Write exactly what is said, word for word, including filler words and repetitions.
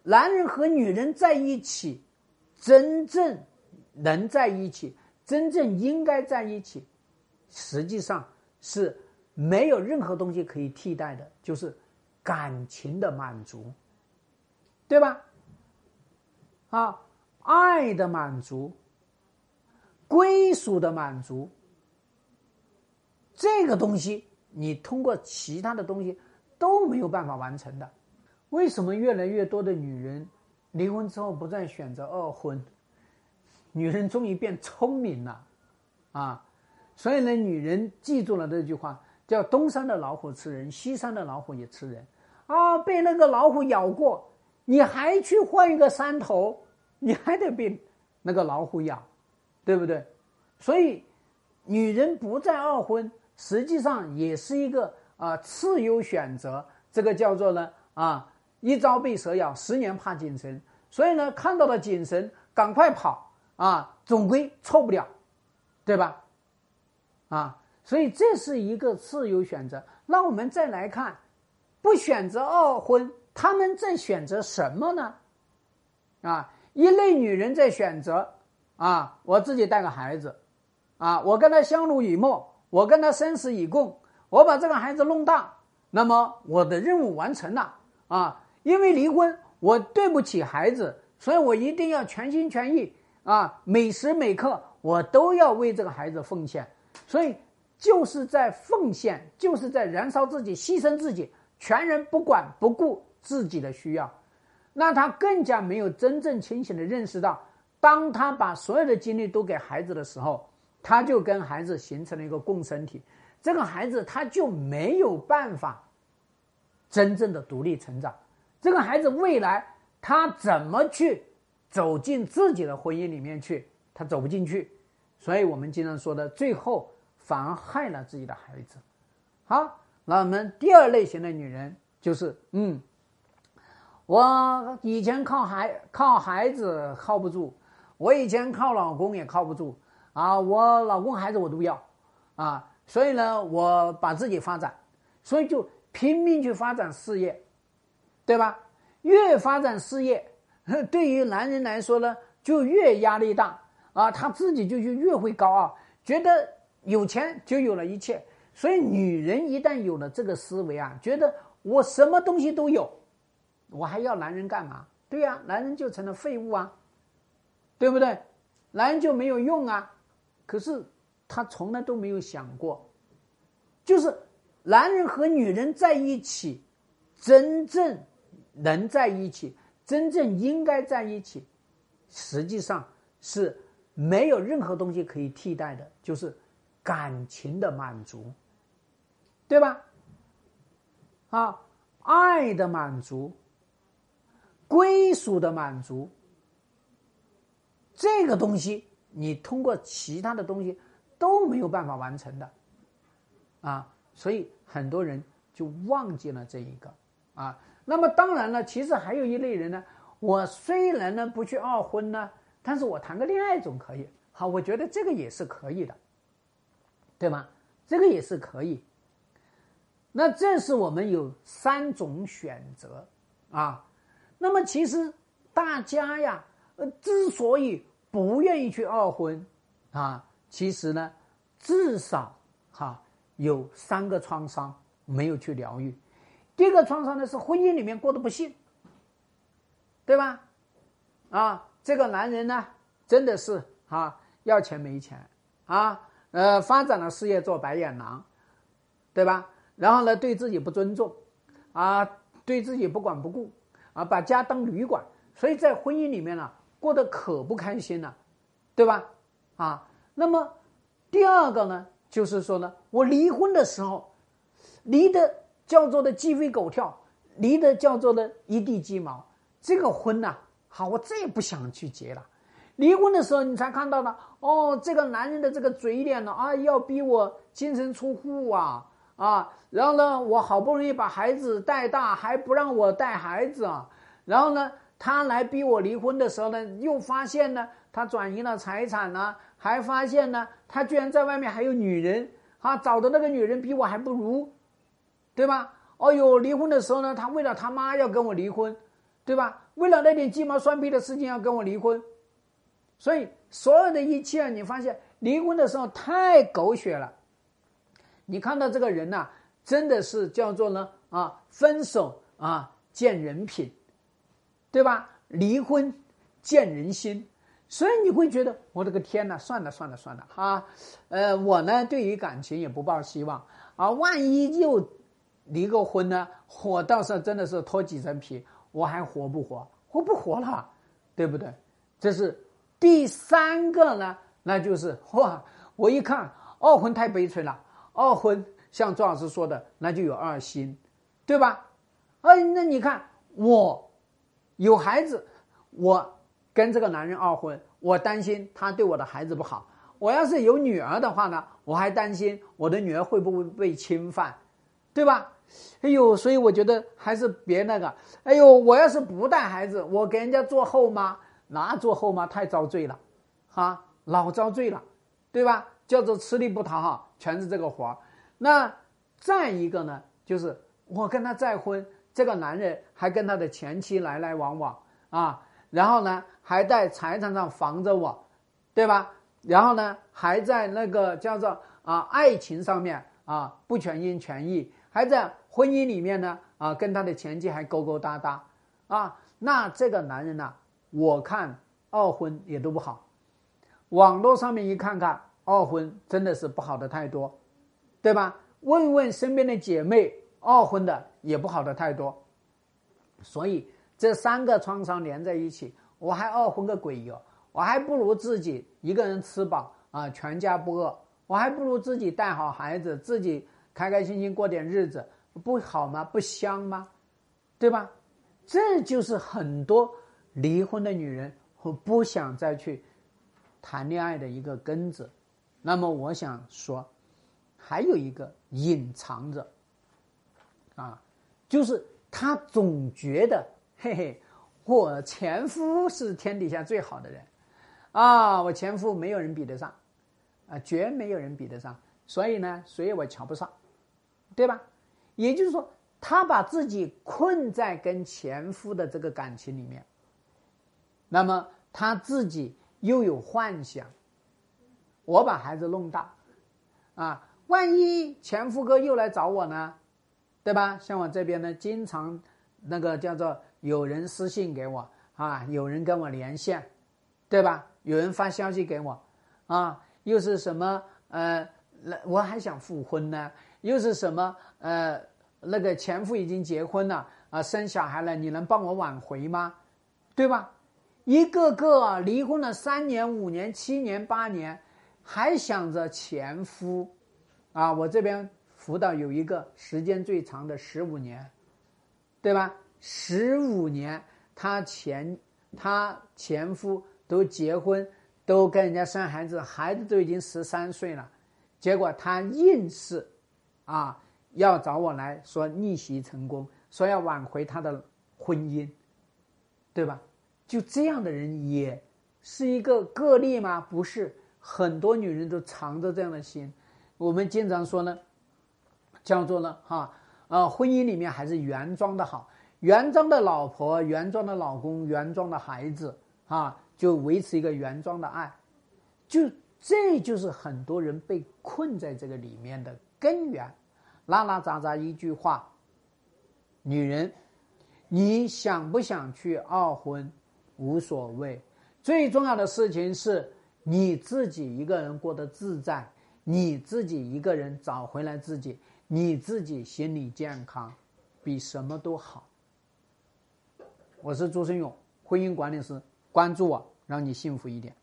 男人和女人在一起，真正能在一起，真正应该在一起，实际上是没有任何东西可以替代的，就是感情的满足，对吧？啊，爱的满足，归属的满足，这个东西你通过其他的东西都没有办法完成的。为什么越来越多的女人离婚之后不再选择二婚？女人终于变聪明了啊！所以呢，女人记住了这句话，叫东山的老虎吃人，西山的老虎也吃人啊！被那个老虎咬过，你还去换一个山头，你还得被那个老虎咬，对不对？所以女人不再二婚，实际上也是一个啊次优选择，这个叫做呢啊一朝被蛇咬，十年怕井绳。所以呢，看到了井绳赶快跑啊，总归错不了，对吧？啊，所以这是一个自由选择。那我们再来看，不选择二婚，他们在选择什么呢？啊，一类女人在选择啊，我自己带个孩子，啊，我跟他相濡以沫，我跟他生死以共，我把这个孩子弄大，那么我的任务完成了啊。因为离婚，我对不起孩子，所以我一定要全心全意啊，每时每刻我都要为这个孩子奉献。所以就是在奉献，就是在燃烧自己，牺牲自己，全然不管不顾自己的需要。那他更加没有真正清醒地认识到，当他把所有的精力都给孩子的时候，他就跟孩子形成了一个共生体，这个孩子他就没有办法真正的独立成长。这个孩子未来他怎么去走进自己的婚姻里面去，他走不进去。所以我们经常说的，最后反而害了自己的孩子。好，那我们第二类型的女人就是嗯我以前靠孩靠孩子靠不住，我以前靠老公也靠不住啊，我老公孩子我都要啊，所以呢我把自己发展，所以就拼命去发展事业，对吧？越发展事业，对于男人来说呢就越压力大啊，他自己就就越会高傲，觉得有钱就有了一切。所以女人一旦有了这个思维啊，觉得我什么东西都有，我还要男人干嘛？对呀、啊，男人就成了废物啊，对不对？男人就没有用啊。可是他从来都没有想过，就是男人和女人在一起，真正能在一起，真正应该在一起，实际上是没有任何东西可以替代的，就是感情的满足，对吧？啊，爱的满足，归属的满足，这个东西你通过其他的东西都没有办法完成的啊，所以很多人就忘记了这一个啊。那么当然了，其实还有一类人呢，我虽然呢不去二婚呢，但是我谈个恋爱总可以。好，我觉得这个也是可以的，对吗？这个也是可以。那这是我们有三种选择啊。那么其实大家呀，呃，之所以不愿意去二婚啊，其实呢，至少哈、啊、有三个创伤没有去疗愈。第一个创伤呢是婚姻里面过得不幸，对吧？啊，这个男人呢真的是啊要钱没钱啊，呃，发展了事业做白眼狼，对吧？然后呢，对自己不尊重啊，对自己不管不顾啊，把家当旅馆，所以在婚姻里面呢、啊、过得可不开心了，对吧？啊，那么第二个呢，就是说呢，我离婚的时候离的叫做的鸡飞狗跳，离的叫做的一地鸡毛，这个婚呐、啊，好，我再也不想去结了。离婚的时候，你才看到了哦，这个男人的这个嘴脸呢，啊，要逼我净身出户啊啊！然后呢，我好不容易把孩子带大，还不让我带孩子啊！然后呢，他来逼我离婚的时候呢，又发现呢，他转移了财产呢，还发现呢，他居然在外面还有女人啊，找的那个女人比我还不如，对吧？哦呦，离婚的时候呢，他为了他妈要跟我离婚， 对吧？为了那点鸡毛蒜皮的事情要跟我离婚，所以所有的一切，你发现离婚的时候太狗血了。你看到这个人呐、啊，真的是叫做呢啊，分手啊见人品，对吧？离婚见人心。所以你会觉得我的个天哪，算了算了算了哈，呃，我呢对于感情也不抱希望啊，万一又离个婚呢，我到时候真的是脱几层皮，我还活不活？活不活了，对不对？这是第三个呢，那就是哇，我一看二婚太悲催了，二婚像周老师说的，那就有二心，对吧？哎，那你看我有孩子，我跟这个男人二婚，我担心他对我的孩子不好。我要是有女儿的话呢，我还担心我的女儿会不会被侵犯，对吧？哎呦，所以我觉得还是别那个。哎呦，我要是不带孩子，我给人家做后妈，那做后妈太遭罪了，哈，老遭罪了，对吧？叫做吃力不讨好，全是这个活。那再一个呢，就是我跟他再婚，这个男人还跟他的前妻来来往往啊。然后呢，还在财产上防着我，对吧？然后呢，还在那个叫做啊爱情上面啊不全心全意，还在婚姻里面呢啊跟他的前妻还勾勾搭搭啊。那这个男人呢、啊，我看二婚也都不好。网络上面一看看，二婚真的是不好的太多，对吧？问问身边的姐妹，二婚的也不好的太多，所以。这三个创伤连在一起，我还二婚个鬼哟！我还不如自己一个人吃饱啊，全家不饿。我还不如自己带好孩子，自己开开心心过点日子，不好吗？不香吗？对吧？这就是很多离婚的女人不想再去谈恋爱的一个根子。那么我想说，还有一个隐藏着啊，就是她总觉得。嘿嘿，我前夫是天底下最好的人啊！我前夫没有人比得上啊，绝没有人比得上。所以呢，谁也我瞧不上，对吧？也就是说，他把自己困在跟前夫的这个感情里面，那么他自己又有幻想，我把孩子弄大啊，万一前夫哥又来找我呢，对吧？像我这边呢，经常那个叫做。有人私信给我啊，有人跟我连线，对吧？有人发消息给我啊，又是什么呃，我还想复婚呢，又是什么呃，那个前夫已经结婚了啊，生小孩了，你能帮我挽回吗？对吧？一个个啊，离婚了三年、五年、七年、八年，还想着前夫啊。我这边辅导有一个时间最长的十五年，对吧？十五年，他前他前夫都结婚，都跟人家生孩子，孩子都已经十三岁了，结果他硬是，啊，要找我来说逆袭成功，说要挽回他的婚姻，对吧？就这样的人也是一个个例吗？不是，很多女人都藏着这样的心。我们经常说呢，叫做呢，哈，呃，婚姻里面还是原装的好。原装的老婆，原装的老公，原装的孩子啊，就维持一个原装的爱，就这就是很多人被困在这个里面的根源。拉拉杂杂一句话，女人，你想不想去二婚无所谓，最重要的事情是你自己一个人过得自在，你自己一个人找回来自己，你自己心理健康，比什么都好。我是朱生勇，婚姻管理师，关注我，让你幸福一点。